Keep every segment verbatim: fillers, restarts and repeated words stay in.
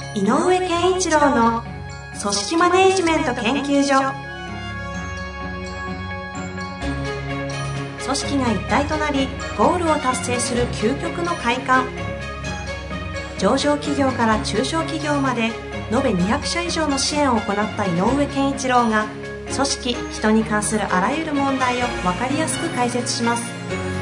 井上健一郎の組織マネジメント研究所。組織が一体となりゴールを達成する究極の快感。上場企業から中小企業まで延べにひゃくしゃ以上の支援を行った井上健一郎が、組織・人に関するあらゆる問題を分かりやすく解説します。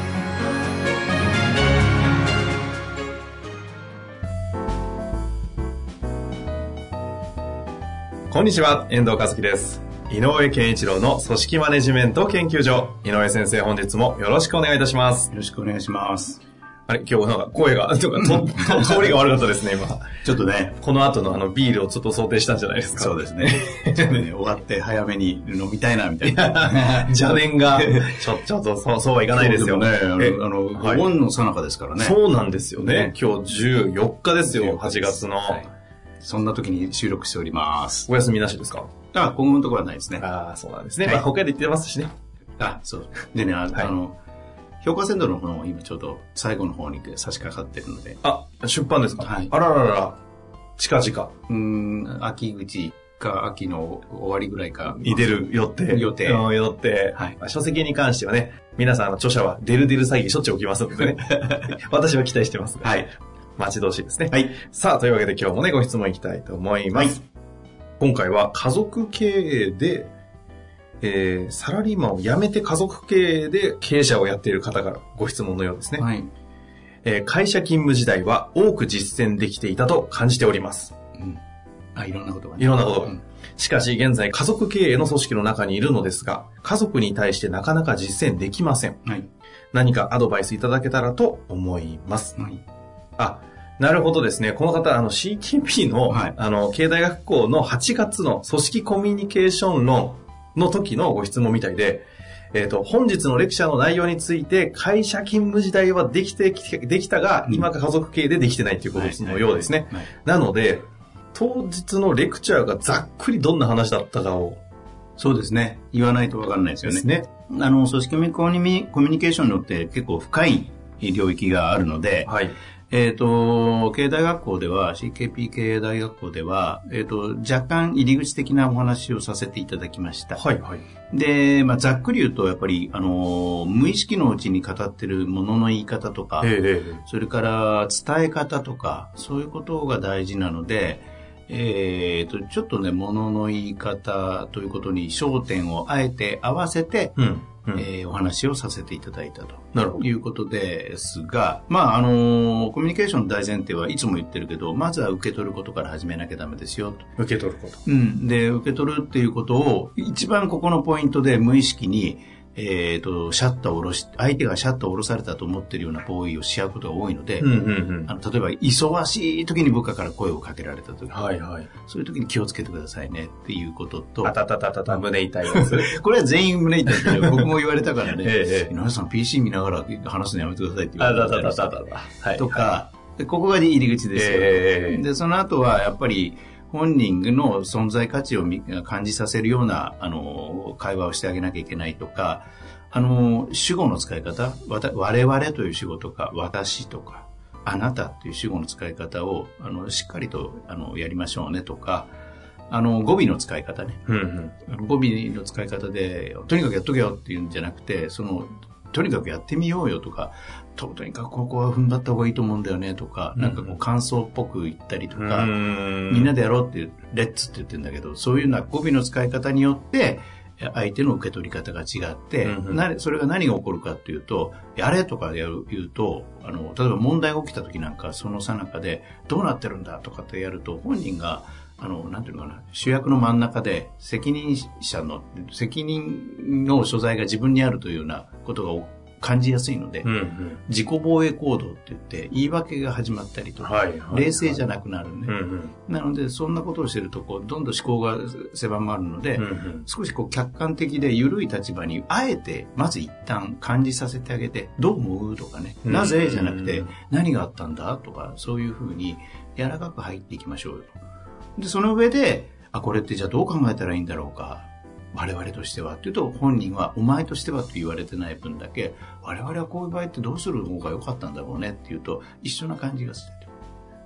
こんにちは、遠藤和樹です。井上健一郎の組織マネジメント研究所。井上先生、本日もよろしくお願いいたします。 よろしくお願いします。 あれ、今日なんか声が、とか、と、通りが悪かったですね、今。 ちょっとね。 この後のあのビールをちょっと想定したんじゃないですか。 そうですね。ちょっとね、終わって早めに飲みたいな、みたいな。 邪念が、ちょ、ちょっとそう、そうはいかないですよ。 ね、あの、あの、はい、お盆の最中ですからね。 そうなんですよね。今日じゅうよっかですよ、はちがつの。はい、 そんな時に収録しております。 お休みなしですか？ あ、今後のところはないですね。 ああ、そうなんですね。はい、まあ、他で言ってますしね。 あ、そう。でね、あ、はい、あの、評価鮮度の方の今ちょうど最後の方に差し掛かってるので。 あ、出版ですか？ はい。 あらららら。近々。 うーん、秋口か秋の終わりぐらいか。 に出る予定。 予定。 予定。はい。まあ、書籍に関してはね、皆さん、あの、著者は出る出る詐欺しょっちゅう起きますのでね。私は期待してます。 はい。 待ち遠しいですね。 はい。 さあ、というわけで今日もね、ご質問いきたいと思います。はい、今回は家族経営で、えー、サラリーマンを辞めて家族経営で経営者をやっている方からご質問のようですね。 はい。 えー、会社勤務時代は多く実践できていたと感じております。 うん。あ、いろんなことがね。 いろんなことが。うん、しかし現在家族経営の組織の中にいるのですが、家族に対してなかなか実践できません。 はい。 何かアドバイスいただけたらと思います。 はい。 あ、なるほどですね。この方、あの シーケーピー の、はい、あの、経営大学校のはちがつの組織コミュニケーション論の時のご質問みたいで、えっと、本日のレクチャーの内容について、会社勤務時代はできて、できたが、うん、今が家族経営でできてないということのようですね。 はいはいはい、 なので、当日のレクチャーがざっくりどんな話だったかを。 そうですね。言わないとわかんないですよね。 ですね。 あの、組織コミュニケーションによって結構深い領域があるので、 はい。 えっ、ー、と、経営大学校では、シーケーピー 経営大学校では、えっ、ー、と、若干入り口的なお話をさせていただきました。 はいはい。 で、まあ、ざっくり言うと、やっぱり、あの、無意識のうちに語ってるものの言い方とか、 ええ、 それから伝え方とか、そういうことが大事なので、えっ、ー、と、ちょっとね、ものの言い方ということに焦点をあえて合わせて、 うんうんえー、お話をさせていただいたとなるほどいうことですが、まあ、あのー、コミュニケーションの大前提はいつも言ってるけど、まずは受け取ることから始めなきゃダメですよと。 受け取ること。 うん。で、受け取るっていうことを、一番ここのポイントで無意識に、えっ、ー、と、シャッターを下ろし、相手がシャッターを下ろされたと思ってるような行為をしちゃうことが多いので、 うんうんうん、 あの例えば、忙しい時に部下から声をかけられた時、 はいはい、 そういう時に気をつけてくださいねっていうことと、 あたたたたた胸痛いやつ。 これは全員胸痛いけど、僕も言われたからね、 ええ、 井上さん ピーシー 見ながら話すのやめてくださいって言われたあたたたたたたとか、はい、ここが入り口ですよ、 ええ。 で、その後はやっぱり、本人の存在価値を感じさせるような、あの、会話をしてあげなきゃいけないとか、あの、主語の使い方、我々という主語とか、私とか、あなたという主語の使い方を、あの、しっかりと、あの、やりましょうねとか、あの、語尾の使い方ね。 うんうん、 語尾の使い方で、とにかくやっとけよっていうんじゃなくて、その、とにかくやってみようよとか、と, とにかくここは踏ん張った方がいいと思うんだよねとか、うん、なんかこう感想っぽく言ったりとか、みんなでやろうっていう、レッツって言ってるんだけど、そういうような語尾の使い方によって、相手の受け取り方が違って、うんうん、なそれが何が起こるかっていうと、やれとかやる言うと、あの、例えば問題が起きた時なんか、その最中で、どうなってるんだとかってやると、本人が、あの、なんていうのかな、主役の真ん中で、責任者の、責任の所在が自分にあるというようなことが感じやすいので、 うんうん、 自己防衛行動って言って言い訳が始まったりとか、 はいはいはい、 冷静じゃなくなるね、 うんうん、 なのでそんなことをしてるとこうどんどん思考が狭まるので、 うんうん、 少しこう客観的で緩い立場にあえてまず一旦感じさせてあげて、どう思うとかね、 うん、 なぜじゃなくて何があったんだとか、そういうふうに柔らかく入っていきましょうよと。でその上で、あ、これってじゃあどう考えたらいいんだろうか、我々としてはっていうと、本人はお前としてはって言われてない分だけ、我々はこういう場合ってどうする方が良かったんだろうねっていうと一緒な感じがする。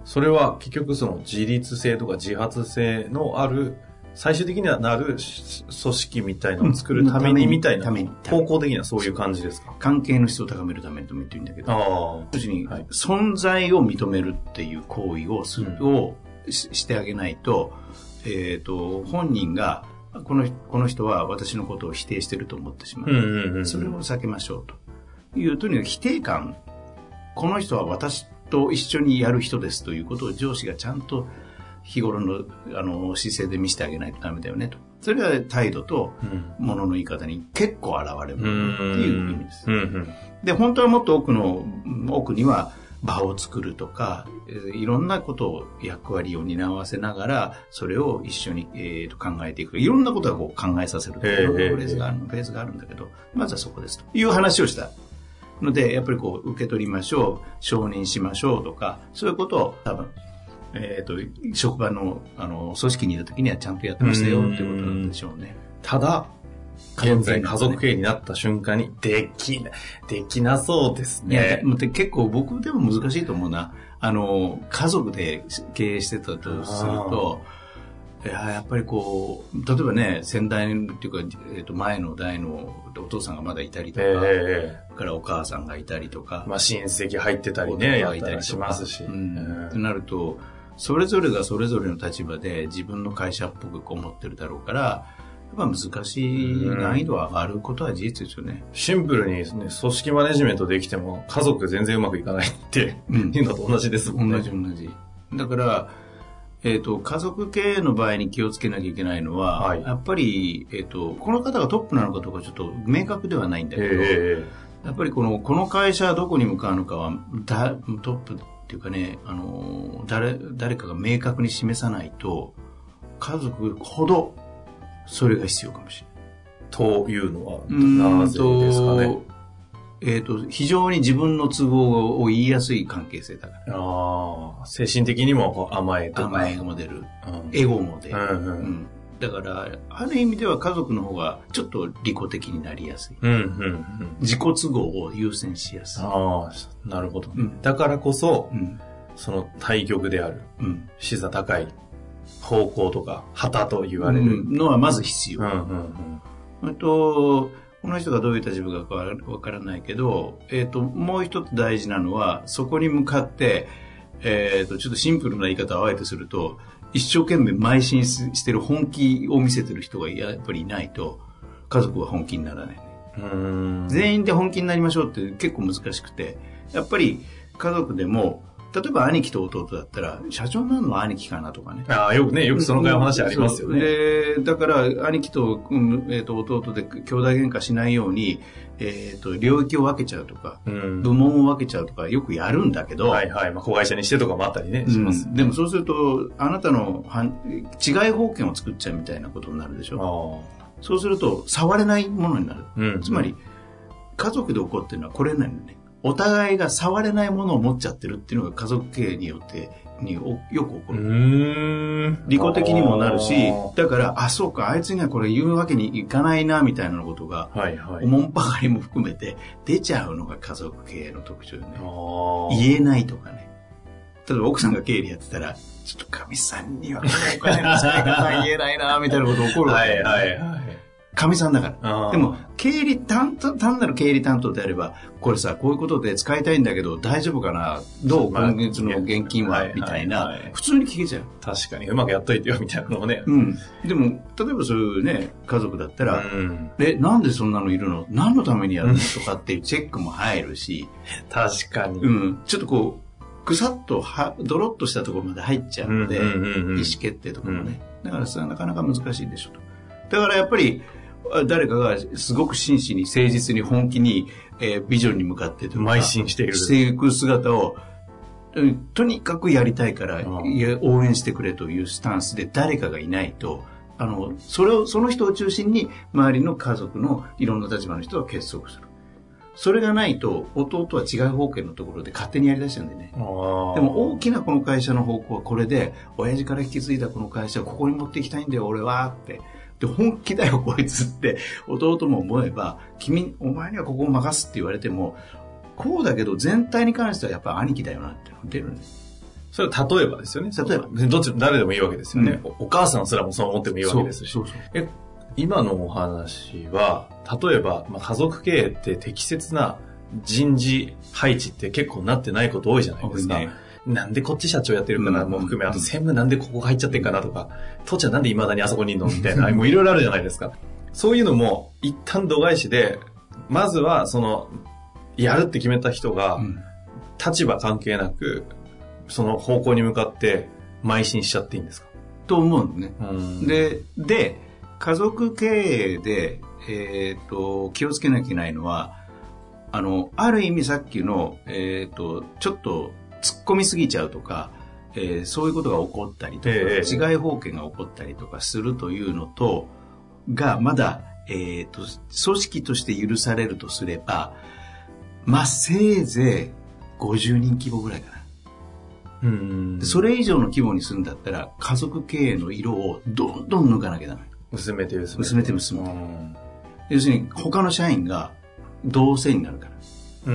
それは結局その自律性とか自発性のある、最終的にはなる組織みたいなのを作るためにみたいな、方向的にはそういう感じですか？ 関係の質を高めるためとも言っていいんだけど、要するに、 はい、 存在を認めるっていう行為をする、うん、を し, してあげないと、えっと、本人が、この、この人は私のことを否定してると思ってしまう。うんうんうん、それを避けましょうという、とにかく否定感、この人は私と一緒にやる人ですということを上司がちゃんと日頃の、あの姿勢で見せてあげないとダメだよねと。それが態度と物の言い方に結構現れるっていう意味です。うんうん、で、本当はもっと奥の奥には場を作るとか、いろんなことを役割を担わせながらそれを一緒に、えー、と考えていく。いろんなことをこう考えさせるというフレーズがある、フレーズがあるんだけど、まずはそこですという話をしたので、やっぱりこう受け取りましょう、承認しましょうとか、そういうことを多分えっと、職場の、あの、組織にいた時にはちゃんとやってましたよっていうことなんでしょうね。 ただ、現在家族経営になった瞬間に、できな、できなそうですね。 いや、結構僕でも難しいと思うな。あの、家族で経営してたとすると、いや、やっぱりこう、例えばね、先代っていうか、えっと、前の代のお父さんがまだいたりとか、えー、からお母さんがいたりとか、 まあ親戚入ってたりね、やったりしますし。 うん、ってなると、それぞれがそれぞれの立場で自分の会社っぽく思ってるだろうから、やっぱ難しい難易度は上がることは事実ですよね。 シンプルに、ね、組織マネジメントできても家族全然うまくいかないっていうのと同じですもんね。 同じ同じ。だから、えっと、家族経営の場合に気をつけなきゃいけないのは、はい、やっぱり、えっと、この方がトップなのかどうかちょっと明確ではないんだけど、やっぱりこの、この会社はどこに向かうのかは、だトップっていうかね、あの、誰、誰かが明確に示さないと、家族ほどそれが必要かもしれない。 というのは、なぜですかね。 えっと、非常に自分の都合を言いやすい関係性だから。 ああ、精神的にも甘えとか。 甘えも出る。うん、エゴも出る。うんうんうん、だから、ある意味では家族の方がちょっと利己的になりやすい。うんうんうん、自己都合を優先しやすい。 ああ、なるほど。うん、だからこそ、うん、その対極である、うん、視座高い方向とか、旗と言われる、 うん、のはまず必要。うんうんうん、あと、この人がどういう立場かわからないけど、えっと、もう一つ大事なのは、そこに向かって、えっと、ちょっとシンプルな言い方をあえてすると、一生懸命邁進してる本気を見せてる人がやっぱりいないと、家族は本気にならないね。うーん、全員で本気になりましょうって結構難しくて、やっぱり家族でも、例えば兄貴と弟だったら、社長になるのは兄貴かなとかね。 ああ、よくね、よくそのぐらいの話ありますよね。 で、だから、兄貴と、うんえー、と弟で兄弟喧嘩しないように、えっ、ー、と、領域を分けちゃうとか、うん、部門を分けちゃうとか、よくやるんだけど。 はいはい。まあ、子会社にしてとかもあったりね、します、 うん。でもそうすると、あなたの違い保険を作っちゃうみたいなことになるでしょ。そうすると、触れないものになる。うん、つまり、家族で起こってるのはこれなんだよね。お互いが触れないものを持っちゃってるっていうのが家族経営によってによく起こる。うーん、利己的にもなるし、だから、あ、そうか、あいつにはこれ言うわけにいかないな、みたいなことが、はいはい、おもんぱかりも含めて出ちゃうのが家族経営の特徴よね。言えないとかね。例えば奥さんが経理やってたら、ちょっと神さんにはお金の使い方言えないな、みたいなこと起こるわけ、ね。はいはいはい。神さんだから。でも、経理担当、単なる経理担当であれば、これさ、こういうことで使いたいんだけど、大丈夫かな、どう、今月の現金は、みたいな、普通に聞けちゃう。 確かに、うまくやっといてよ、みたいなのもね。 うん。でも、例えばそういうね、家族だったら、うん、え、なんでそんなのいるの、何のためにやるのとかっていうチェックも入るし。 確かに。 うん。ちょっとこう、くさっとは、ドロッとしたところまで入っちゃうので、うんうんうんうん、意思決定とかもね。だからさ、なかなか難しいでしょと。だからやっぱり、誰かがすごく真摯に誠実に本気に、えー、ビジョンに向かって邁進しているしていく姿をとにかくやりたいから応援してくれというスタンスで誰かがいないと、あのそれをその人を中心に周りの家族のいろんな立場の人が結束する。それがないと弟は違う方向のところで勝手にやりだしちゃうんでね。でも大きなこの会社の方向はこれで、親父から引き継いだこの会社をここに持っていきたいんだよ俺はって、で本気だよこいつって弟も思えば、君お前にはここを任すって言われてもこうだけど全体に関してはやっぱ兄貴だよなっていうのが出るんです。 それは例えばですよね。 例えば。 どっち、誰でもいいわけですよね、うんお。お母さんすらもそう思ってもいいわけですし。 そうそうそうえ、今のお話は、例えば、まあ、家族経営って適切な人事配置って結構なってないこと多いじゃないですか。ね、なんでこっち社長やってるかなも含め、あと専務なんでここ入っちゃってるかなとか、父ちゃんなんで未だにあそこにいるのみたいな、もういろいろあるじゃないですか。そういうのも一旦度外視で、まずはその、やるって決めた人が、立場関係なく、その方向に向かって邁進しちゃっていいんですか？ と思うのね。で、で、家族経営で、えっと、気をつけなきゃいけないのは、あの、ある意味さっきの、えっと、ちょっと突っ込みすぎちゃうとか、えー、そういうことが起こったりとか、 えー、 治外法権が起こったりとかするというのと、が、まだ、えっと、組織として許されるとすれば、まあ、せいぜいごじゅうにん規模ぐらいかな。うんそれ以上の規模にするんだったら、家族経営の色をどんどん抜かなきゃダメ。 薄めて薄めて。 薄めて薄めて。要するに、他の社員が同性になるから。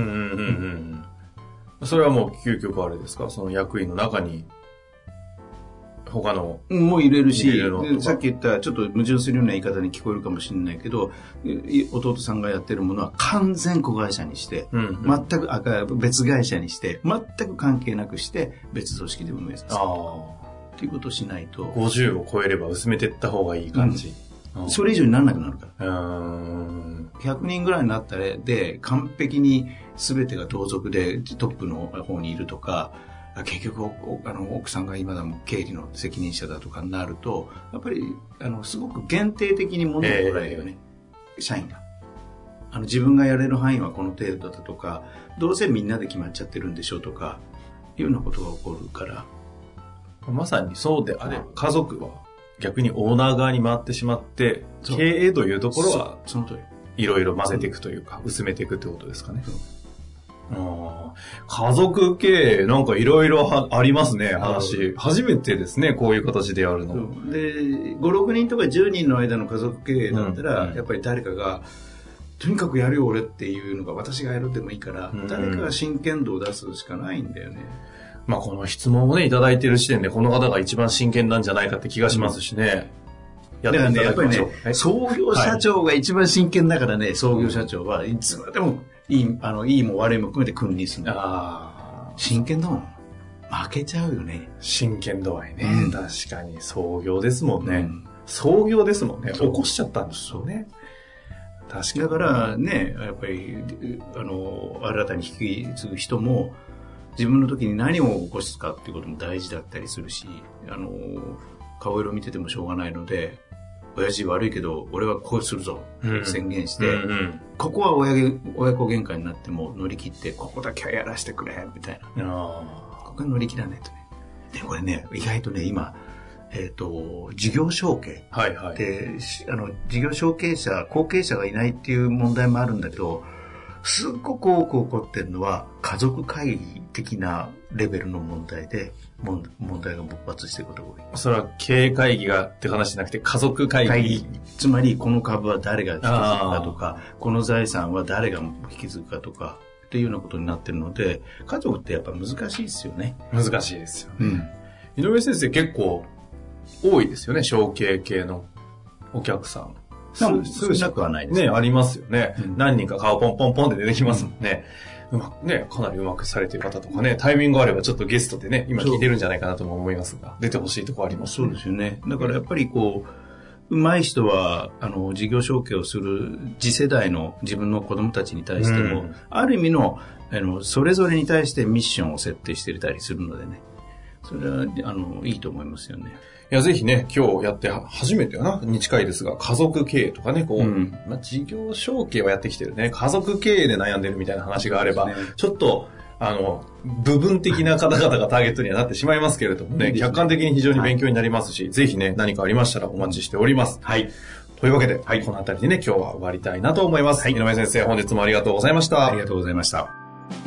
うんうんうんうんうん。それはもう究極あれですか？その役員の中に他のもう入れるし、さっき言ったちょっと矛盾するような言い方に聞こえるかもしれないけど、弟さんがやってるものは完全子会社にして、うんうん、全くあ別会社にして全く関係なくして別組織で運営させるっていうことをしないとごじゅうを超えれば薄めていった方がいい感じ、 うん、それ以上にならなくなるから。うんひゃくにんぐらいになったらで完璧に全てが同族でトップの方にいるとか、結局あの奥さんが今でも経理の責任者だとかになるとやっぱりあのすごく限定的に物を捉えるよね、えー、社員があの自分がやれる範囲はこの程度だとかどうせみんなで決まっちゃってるんでしょうとかいうようなことが起こるからまさにそうであれ家族は逆にオーナー側に回ってしまって経営というところはその通りいろいろ混ぜていくというか薄めていくってことですかね。あ家族経営なんかいろいろありますね話初めてですねこういう形でやるのでご、ろくにんとかじゅうにんの間の家族経営だったら、うんうん、やっぱり誰かがとにかくやるよ俺っていうのが私がやるでもいいから、うん、誰かが真剣度を出すしかないんだよね。 まあこの質問をねいただいている時点でこの方が一番真剣なんじゃないかって気がしますしね、 うん、やっていただきましょう。だからねやっぱりね創業社長が一番真剣だからね、はい、創業社長はいつまでもいい、あの、いいも悪いも含めて君臨するんだ。ああ。真剣だもん。負けちゃうよね。 真剣度合いね、うん。確かに。創業ですもんね。うん、創業ですもんね。起こしちゃったんですよね。 確かに。だからね、やっぱり、あの、新たに引き継ぐ人も、自分の時に何を起こすかっていうことも大事だったりするし、あの、顔色見ててもしょうがないので、親父悪いけど俺はこうするぞ、うん、宣言して、うんうん、ここは親親子喧嘩になっても乗り切ってここだけはやらせてくれみたいな、ここは乗り切らないとね。でこれね意外とね今えっ、ー、と事業承継、はいはい、であの事業承継者後継者がいないっていう問題もあるんだけどすっごく多く起こってるのは家族会議的なレベルの問題で問題が勃発していることが多い。 それは経営会議がって話じゃなくて家族会議。会議つまりこの株は誰が引き継ぐかとかこの財産は誰が引き継ぐかとかっていうようなことになってるので家族ってやっぱ難しいですよね。 難しいですよね、うん、井上先生結構多いですよね承継系のお客さん。 少なくはないですね。ありますよね、うん。何人か顔ポンポンポンって出てきますもんね。うん、うまくね、かなりうまくされている方とかね、タイミングがあればちょっとゲストでね、今聞いてるんじゃないかなとも思いますが、出てほしいところあります、 ね。そうですよね。だからやっぱりこう、上手い人は、あの、事業承継をする次世代の自分の子供たちに対しても、うん、ある意味の、あの、それぞれに対してミッションを設定していたりするのでね、それは、あの、いいと思いますよね。 いや、ぜひね、今日やって初めてかなに近いですが、家族経営とかね、こう、うん、まあ、事業承継はやってきてるね、家族経営で悩んでるみたいな話があれば、ね、ちょっと、あの、部分的な方々がターゲットにはなってしまいますけれどもね、客観的に非常に勉強になりますし、はい、ぜひね、何かありましたらお待ちしております。はい。というわけで、はい、このあたりでね、今日は終わりたいなと思います。はい、井上先生、本日もありがとうございました。 ありがとうございました。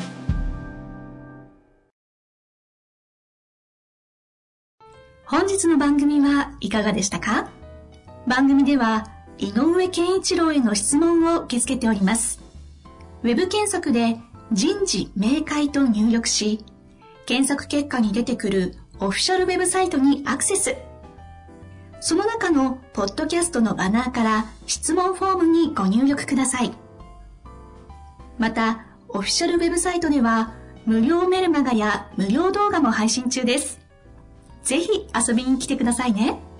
本日の番組はいかがでしたか？番組では井上健一郎への質問を受け付けております。ウェブ検索で人事明快と入力し、 検索結果に出てくるオフィシャルウェブサイトにアクセス。その中のポッドキャストのバナーから質問フォームにご入力ください。また、オフィシャルウェブサイトでは無料メルマガや無料動画も配信中です。ぜひ遊びに来てくださいね。